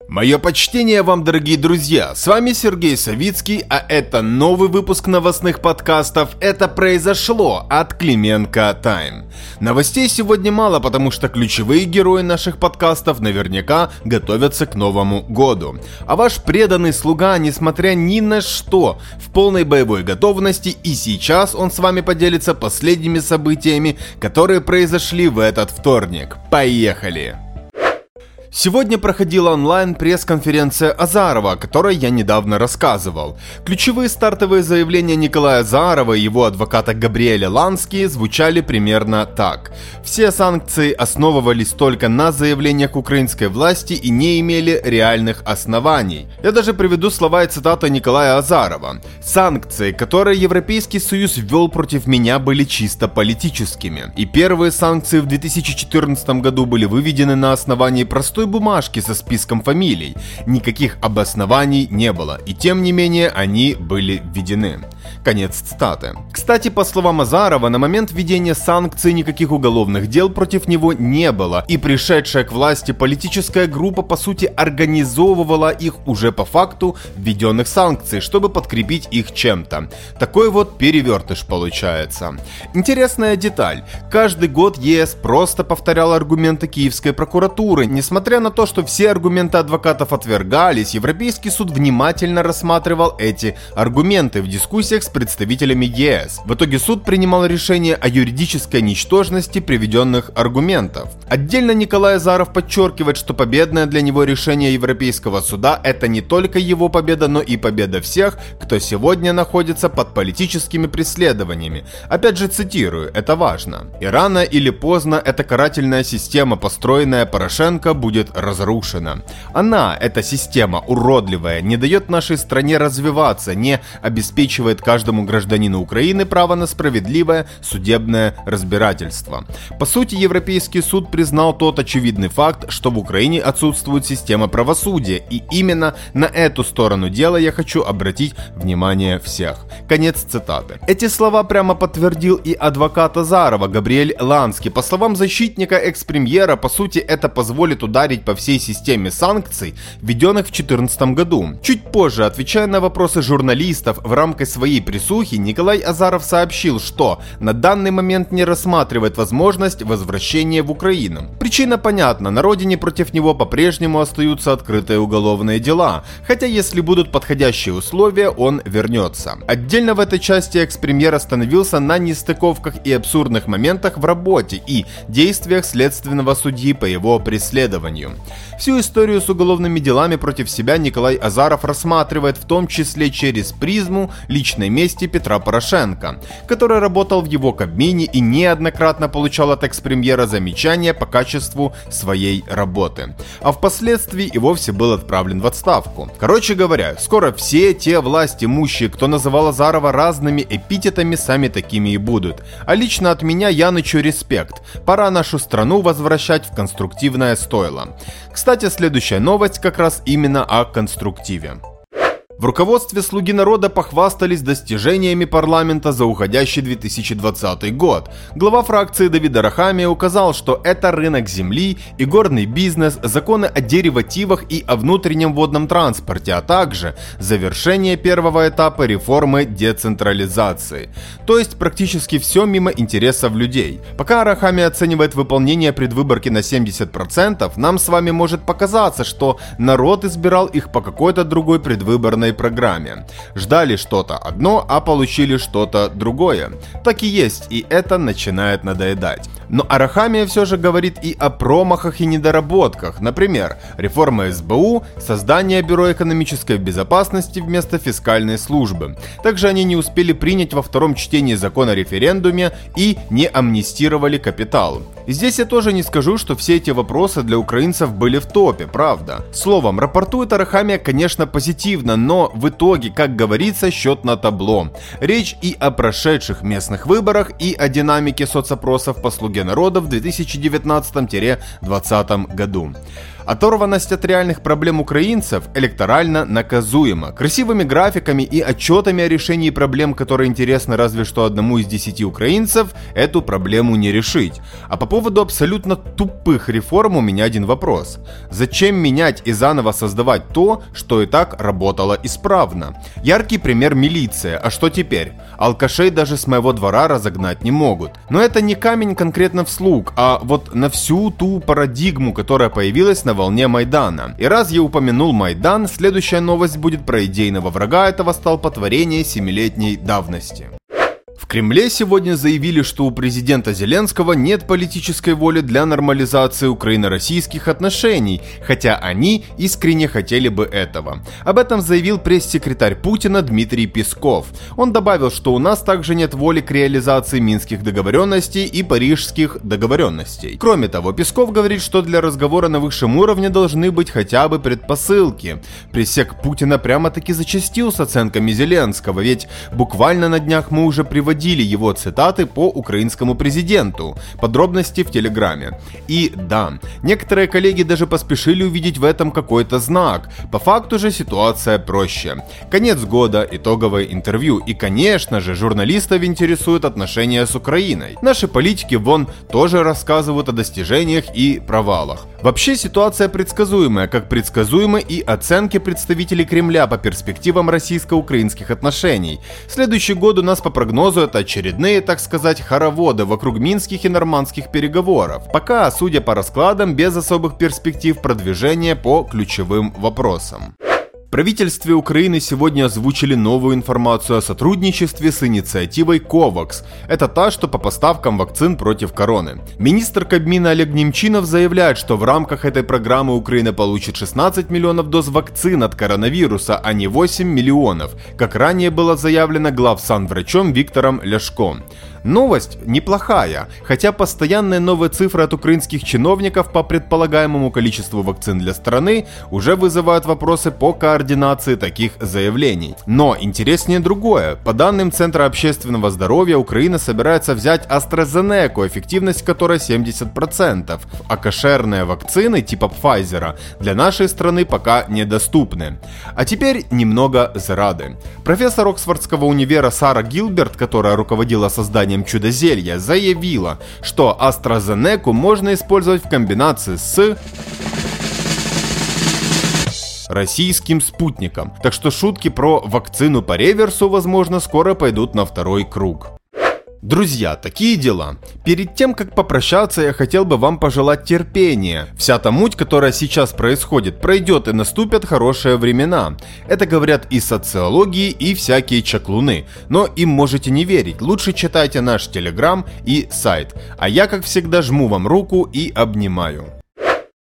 Мое почтение вам, дорогие друзья, с вами Сергей Савицкий, а это новый выпуск новостных подкастов «Это произошло» от Клименко Тайм. Новостей сегодня мало, потому что ключевые герои наших подкастов наверняка готовятся к Новому году. А ваш преданный слуга, несмотря ни на что, в полной боевой готовности, и сейчас он с вами поделится последними событиями, которые произошли в этот вторник. Поехали! Сегодня проходила онлайн пресс-конференция Азарова, о которой я недавно рассказывал. Ключевые стартовые заявления Николая Азарова и его адвоката Габриэля Лански звучали примерно так. Все санкции основывались только на заявлениях украинской власти и не имели реальных оснований. Я даже приведу слова и цитаты Николая Азарова. «Санкции, которые Европейский Союз ввел против меня, были чисто политическими. И первые санкции в 2014 году были выведены на основании простой бумажки со списком фамилий. Никаких обоснований не было, и тем не менее они были введены». Конец цитаты. Кстати, по словам Азарова, на момент введения санкций никаких уголовных дел против него не было, и пришедшая к власти политическая группа по сути организовывала их уже по факту введенных санкций, чтобы подкрепить их чем-то. Такой вот перевертыш получается. Интересная деталь. Каждый год ЕС просто повторял аргументы киевской прокуратуры. Несмотря на то, что все аргументы адвокатов отвергались, Европейский суд внимательно рассматривал эти аргументы в дискуссиях с представителями ЕС. В итоге суд принимал решение о юридической ничтожности приведенных аргументов. Отдельно Николай Азаров подчеркивает, что победное для него решение Европейского суда – это не только его победа, но и победа всех, кто сегодня находится под политическими преследованиями. Опять же цитирую, это важно. «И рано или поздно эта карательная система, построенная Порошенко, будет разрушена. Она, эта система, уродливая, не дает нашей стране развиваться, не обеспечивает каждому гражданину Украины право на справедливое судебное разбирательство». По сути, Европейский суд признал тот очевидный факт, что в Украине отсутствует система правосудия, и именно на эту сторону дела я хочу обратить внимание всех. Конец цитаты. Эти слова прямо подтвердил и адвокат Азарова Габриэль Лански. По словам защитника экс-премьера, по сути, это позволит ударить по всей системе санкций, введенных в 2014 году. Чуть позже, отвечая на вопросы журналистов в рамках своей присухи, Николай Азаров сообщил, что на данный момент не рассматривает возможность возвращения в Украину. Причина понятна, на родине против него по-прежнему остаются открытые уголовные дела, хотя если будут подходящие условия, он вернется. Отдельно в этой части экс-премьер остановился на нестыковках и абсурдных моментах в работе и действиях следственного судьи по его преследованию. Всю историю с уголовными делами против себя Николай Азаров рассматривает в том числе через призму личной мести Петра Порошенко, который работал в его Кабмине и неоднократно получал от экс-премьера замечания по качеству своей работы, а впоследствии и вовсе был отправлен в отставку. Короче говоря, скоро все те властимущие, кто называл Азарова разными эпитетами, сами такими и будут. А лично от меня Янычу респект. Пора нашу страну возвращать в конструктивное стойло. Кстати, следующая новость как раз именно о конструктиве. В руководстве «Слуги народа» похвастались достижениями парламента за уходящий 2020 год. Глава фракции Давид Арахамия указал, что это рынок земли и горный бизнес, законы о деривативах и о внутреннем водном транспорте, а также завершение первого этапа реформы децентрализации. То есть практически все мимо интересов людей. Пока Арахамия оценивает выполнение предвыборки на 70%, нам с вами может показаться, что народ избирал их по какой-то другой предвыборной программе. Ждали что-то одно, а получили что-то другое. Так и есть, и это начинает надоедать. Но Арахамия все же говорит и о промахах и недоработках. Например, реформа СБУ, создание Бюро экономической безопасности вместо фискальной службы. Также они не успели принять во втором чтении закон о референдуме и не амнистировали капитал. И здесь я тоже не скажу, что все эти вопросы для украинцев были в топе, правда. Словом, рапортует Арахамия, конечно, позитивно, но в итоге, как говорится, счет на табло. Речь и о прошедших местных выборах, и о динамике соцопросов по «Слуге народа» в 2019-2020 году. Оторванность от реальных проблем украинцев электорально наказуема. Красивыми графиками и отчетами о решении проблем, которые интересны разве что одному из 10 украинцев, эту проблему не решить. А по поводу абсолютно тупых реформ у меня один вопрос. Зачем менять и заново создавать то, что и так работало исправно? Яркий пример — милиция. А что теперь? Алкашей даже с моего двора разогнать не могут. Но это не камень конкретно в слуг, а вот на всю ту парадигму, которая появилась на волне Майдана. И раз я упомянул Майдан, следующая новость будет про идейного врага этого столпотворения 7-летней давности. В Кремле сегодня заявили, что у президента Зеленского нет политической воли для нормализации украино-российских отношений, хотя они искренне хотели бы этого. Об этом заявил пресс-секретарь Путина Дмитрий Песков. Он добавил, что у нас также нет воли к реализации минских договоренностей и парижских договоренностей. Кроме того, Песков говорит, что для разговора на высшем уровне должны быть хотя бы предпосылки. Пресс-сек Путина прямо-таки зачастил с оценками Зеленского, ведь буквально на днях мы уже приводили его цитаты по украинскому президенту. Подробности в Телеграме. И да, некоторые коллеги даже поспешили увидеть в этом какой-то знак. По факту же ситуация проще. Конец года, итоговое интервью. И, конечно же, журналистов интересуют отношения с Украиной. Наши политики вон тоже рассказывают о достижениях и провалах. Вообще ситуация предсказуемая, как предсказуемы и оценки представителей Кремля по перспективам российско-украинских отношений. Следующий год у нас по прогнозу это очередные, так сказать, хороводы вокруг минских и нормандских переговоров. Пока, судя по раскладам, без особых перспектив продвижения по ключевым вопросам. В правительстве Украины сегодня озвучили новую информацию о сотрудничестве с инициативой COVAX. Это та, что по поставкам вакцин против короны. Министр Кабмина Олег Немчинов заявляет, что в рамках этой программы Украина получит 16 миллионов доз вакцин от коронавируса, а не 8 миллионов, как ранее было заявлено главсанврачом Виктором Ляшко. Новость неплохая, хотя постоянные новые цифры от украинских чиновников по предполагаемому количеству вакцин для страны уже вызывают вопросы по координации таких заявлений. Но интереснее другое. По данным Центра общественного здоровья, Украина собирается взять AstraZeneca, эффективность которой 70%, а кошерные вакцины типа Pfizer для нашей страны пока недоступны. А теперь немного зрады. Профессор Оксфордского универа Сара Гилберт, которая руководила созданием чудо-зелья, заявила, что AstraZeneca можно использовать в комбинации с российским спутником. Так что шутки про вакцину по реверсу, возможно, скоро пойдут на второй круг. Друзья, такие дела. Перед тем, как попрощаться, я хотел бы вам пожелать терпения. Вся та муть, которая сейчас происходит, пройдет и наступят хорошие времена. Это говорят и социологии, и всякие чаклуны. Но им можете не верить. Лучше читайте наш Телеграм и сайт. А я, как всегда, жму вам руку и обнимаю.